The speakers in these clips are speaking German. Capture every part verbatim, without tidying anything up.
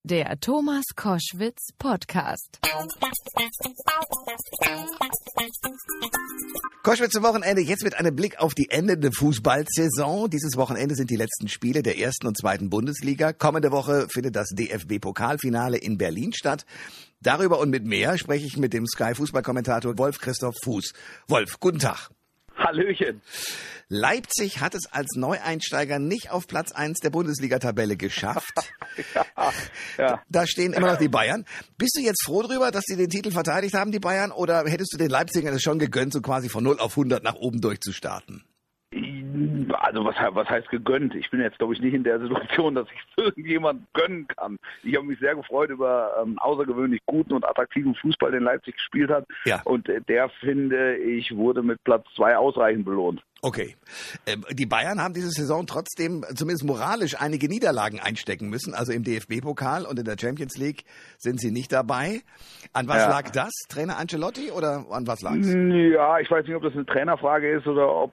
Der Thomas Koschwitz Podcast. Koschwitz zum Wochenende, jetzt mit einem Blick auf die endende Fußballsaison. Dieses Wochenende sind die letzten Spiele der ersten und zweiten Bundesliga. Kommende Woche findet das D F B-Pokalfinale in Berlin statt. Darüber und mit mehr spreche ich mit dem Sky-Fußballkommentator Wolf Christoph Fuß. Wolf, guten Tag. Hallöchen. Leipzig hat es als Neueinsteiger nicht auf Platz eins der Bundesliga-Tabelle geschafft. ja, ja. Da stehen immer noch die Bayern. Bist du jetzt froh drüber, dass sie den Titel verteidigt haben, die Bayern? Oder hättest du den Leipzigern es schon gegönnt, so quasi von null auf hundert nach oben durchzustarten? Also was, was heißt gegönnt? Ich bin jetzt, glaube ich, nicht in der Situation, dass ich es irgendjemand gönnen kann. Ich habe mich sehr gefreut über ähm, außergewöhnlich guten und attraktiven Fußball, den Leipzig gespielt hat. Ja. Und der, finde ich, wurde mit Platz zwei ausreichend belohnt. Okay. Ähm, die Bayern haben diese Saison trotzdem zumindest moralisch einige Niederlagen einstecken müssen. Also im D F B-Pokal und in der Champions League sind sie nicht dabei. An was ja. lag das? Trainer Ancelotti oder an was lag es? Ja, ich weiß nicht, ob das eine Trainerfrage ist oder ob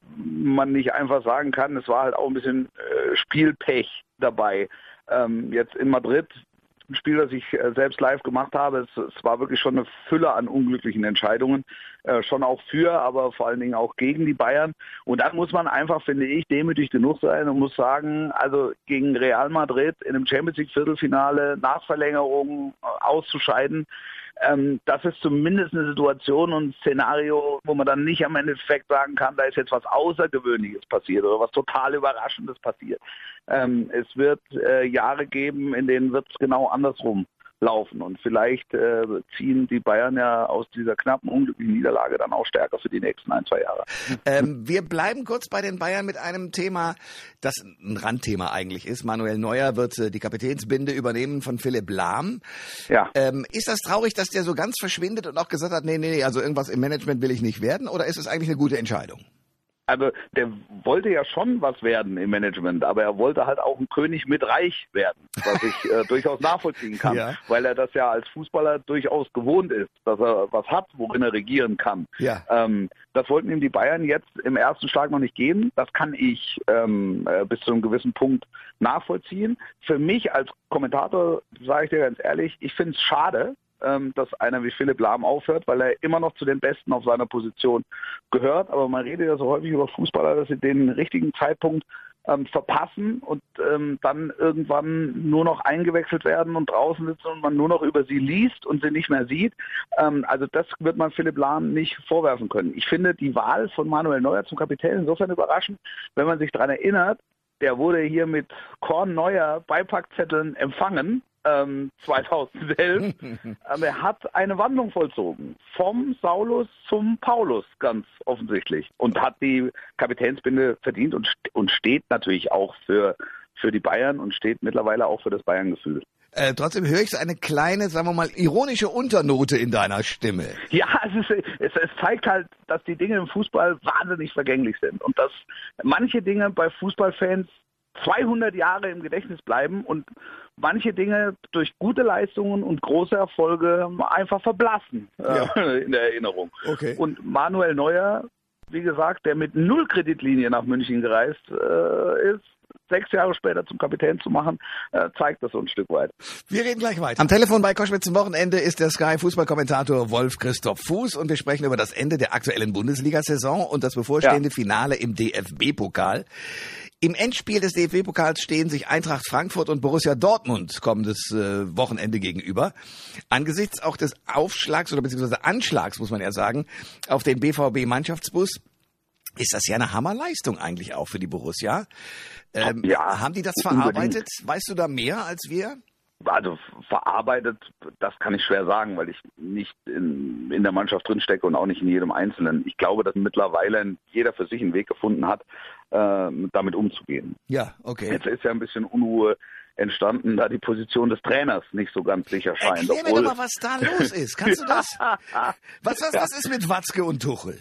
man nicht einfach sagen kann, es war halt auch ein bisschen äh, Spielpech dabei. Ähm, jetzt in Madrid, ein Spiel, das ich äh, selbst live gemacht habe, es, es war wirklich schon eine Fülle an unglücklichen Entscheidungen. Äh, schon auch für, aber vor allen Dingen auch gegen die Bayern. Und dann muss man einfach, finde ich, demütig genug sein und muss sagen, also gegen Real Madrid in einem Champions League Viertelfinale nach Verlängerung äh, auszuscheiden, ähm, das ist zumindest eine Situation und ein Szenario, wo man dann nicht am Endeffekt sagen kann, da ist jetzt was Außergewöhnliches passiert oder was total Überraschendes passiert. Ähm, es wird äh, Jahre geben, in denen wird es genau andersrum laufen. Und vielleicht äh, ziehen die Bayern ja aus dieser knappen, unglücklichen Niederlage dann auch stärker für die nächsten ein, zwei Jahre. Ähm, wir bleiben kurz bei den Bayern mit einem Thema, das ein Randthema eigentlich ist. Manuel Neuer wird äh, die Kapitänsbinde übernehmen von Philipp Lahm. Ja. Ähm, ist das traurig, dass der so ganz verschwindet und auch gesagt hat, nee, nee, also irgendwas im Management will ich nicht werden? Oder ist es eigentlich eine gute Entscheidung? Also der wollte ja schon was werden im Management, aber er wollte halt auch ein König mit Reich werden, was ich äh, durchaus nachvollziehen kann, ja. weil er das ja als Fußballer durchaus gewohnt ist, dass er was hat, worin er regieren kann. Ja. Ähm, das wollten ihm die Bayern jetzt im ersten Schlag noch nicht geben. Das kann ich ähm, äh, bis zu einem gewissen Punkt nachvollziehen. Für mich als Kommentator, sage ich dir ganz ehrlich, ich finde es schade, dass einer wie Philipp Lahm aufhört, weil er immer noch zu den Besten auf seiner Position gehört. Aber man redet ja so häufig über Fußballer, dass sie den richtigen Zeitpunkt ähm, verpassen und ähm, dann irgendwann nur noch eingewechselt werden und draußen sitzen und man nur noch über sie liest und sie nicht mehr sieht. Ähm, also das wird man Philipp Lahm nicht vorwerfen können. Ich finde die Wahl von Manuel Neuer zum Kapitän insofern überraschend, wenn man sich daran erinnert, der wurde hier mit Korn Neuer Beipackzetteln empfangen. Ähm, zweitausendelf. ähm, er hat eine Wandlung vollzogen. Vom Saulus zum Paulus, ganz offensichtlich. Und hat die Kapitänsbinde verdient und, und steht natürlich auch für, für die Bayern und steht mittlerweile auch für das Bayern-Gefühl. Äh, trotzdem höre ich so eine kleine, sagen wir mal, ironische Unternote in deiner Stimme. Ja, es, ist, es, es zeigt halt, dass die Dinge im Fußball wahnsinnig vergänglich sind. Und dass manche Dinge bei Fußballfans zweihundert Jahre im Gedächtnis bleiben und manche Dinge durch gute Leistungen und große Erfolge einfach verblassen ja. äh, in der Erinnerung. Okay. Und Manuel Neuer, wie gesagt, der mit null Kreditlinie nach München gereist äh, ist, sechs Jahre später zum Kapitän zu machen, äh, zeigt das so ein Stück weit. Wir reden gleich weiter. Am Telefon bei Koschwitz zum Wochenende ist der Sky-Fußballkommentator Wolf Christoph Fuß und wir sprechen über das Ende der aktuellen Bundesliga-Saison und das bevorstehende ja. Finale im D F B-Pokal. Im Endspiel des D F B-Pokals stehen sich Eintracht Frankfurt und Borussia Dortmund kommendes äh, Wochenende gegenüber. Angesichts auch des Aufschlags oder beziehungsweise Anschlags, muss man ja sagen, auf den B V B-Mannschaftsbus, ist das ja eine Hammerleistung eigentlich auch für die Borussia. Ähm, ja, haben die das verarbeitet? Unbedingt. Weißt du da mehr als wir? Also verarbeitet, das kann ich schwer sagen, weil ich nicht in, in der Mannschaft drinstecke und auch nicht in jedem Einzelnen. Ich glaube, dass mittlerweile jeder für sich einen Weg gefunden hat, äh, damit umzugehen. Ja, okay. Jetzt ist ja ein bisschen Unruhe entstanden, da die Position des Trainers nicht so ganz sicher scheint. Erklär mir doch mal, was da los ist. Kannst du das? was, was, was ist mit Watzke und Tuchel?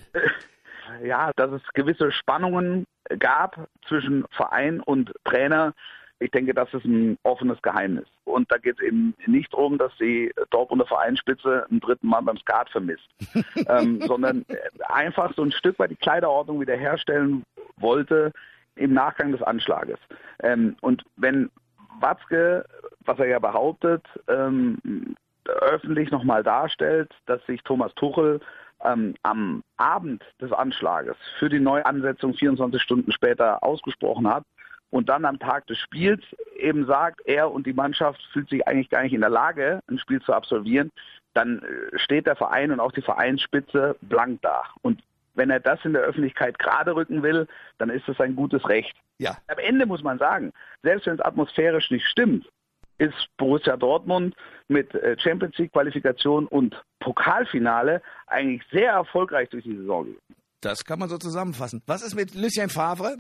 Ja, dass es gewisse Spannungen gab zwischen Verein und Trainer. Ich denke, das ist ein offenes Geheimnis. Und da geht es eben nicht darum, dass die Dortmunder Vereinsspitze einen dritten Mann beim Skat vermisst, ähm, sondern einfach so ein Stück weit die Kleiderordnung wiederherstellen wollte im Nachgang des Anschlages. Ähm, und wenn Watzke was er ja behauptet, ähm, öffentlich nochmal darstellt, dass sich Thomas Tuchel ähm, am Abend des Anschlages für die Neuansetzung vierundzwanzig Stunden später ausgesprochen hat und dann am Tag des Spiels eben sagt, er und die Mannschaft fühlt sich eigentlich gar nicht in der Lage, ein Spiel zu absolvieren, dann steht der Verein und auch die Vereinsspitze blank da. Und wenn er das in der Öffentlichkeit gerade rücken will, dann ist das ein gutes Recht. Ja. Am Ende muss man sagen, selbst wenn es atmosphärisch nicht stimmt, ist Borussia Dortmund mit Champions League Qualifikation und Pokalfinale eigentlich sehr erfolgreich durch die Saison gegangen. Das kann man so zusammenfassen. Was ist mit Lucien Favre?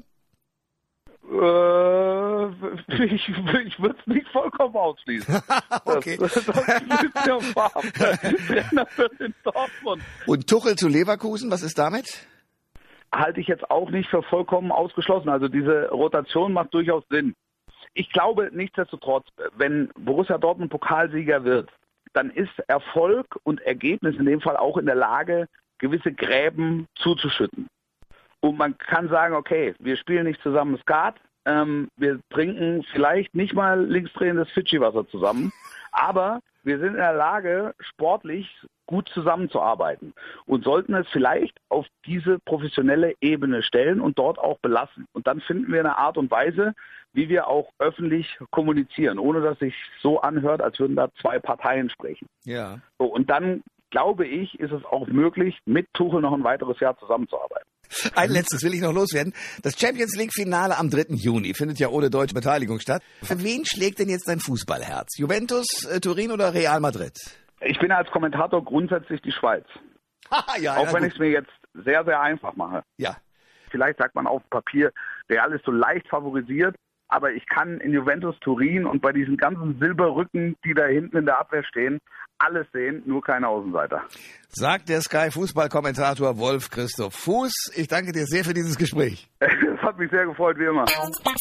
Äh, ich ich würde es nicht vollkommen ausschließen. Okay. Das, das, das ist ja Favre, Trainer für den Dortmund. Und Tuchel zu Leverkusen, was ist damit? Halte ich jetzt auch nicht für vollkommen ausgeschlossen. Also diese Rotation macht durchaus Sinn. Ich glaube nichtsdestotrotz, wenn Borussia Dortmund Pokalsieger wird, dann ist Erfolg und Ergebnis in dem Fall auch in der Lage, gewisse Gräben zuzuschütten. Und man kann sagen, okay, wir spielen nicht zusammen Skat, ähm, wir trinken vielleicht nicht mal linksdrehendes Fidschi-Wasser zusammen, aber wir sind in der Lage, sportlich gut zusammenzuarbeiten und sollten es vielleicht auf diese professionelle Ebene stellen und dort auch belassen. Und dann finden wir eine Art und Weise, wie wir auch öffentlich kommunizieren, ohne dass sich so anhört, als würden da zwei Parteien sprechen. Ja. So, und dann, glaube ich, ist es auch möglich, mit Tuchel noch ein weiteres Jahr zusammenzuarbeiten. Ein letztes will ich noch loswerden. Das Champions League Finale am dritten Juni findet ja ohne deutsche Beteiligung statt. Für wen schlägt denn jetzt dein Fußballherz? Juventus, äh, Turin oder Real Madrid? Ich bin als Kommentator grundsätzlich die Schweiz. ja, Auch ja, wenn gut. ich es mir jetzt sehr, sehr einfach mache. Ja. Vielleicht sagt man auf Papier, Real ist so leicht favorisiert, aber ich kann in Juventus Turin und bei diesen ganzen Silberrücken, die da hinten in der Abwehr stehen, alles sehen, nur keine Außenseiter. Sagt der Sky-Fußballkommentator Wolf Christoph Fuß. Ich danke dir sehr für dieses Gespräch. Es hat mich sehr gefreut, wie immer.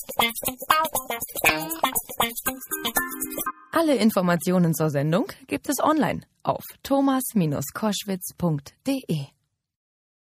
Alle Informationen zur Sendung gibt es online auf thomas Bindestrich koschwitz punkt de.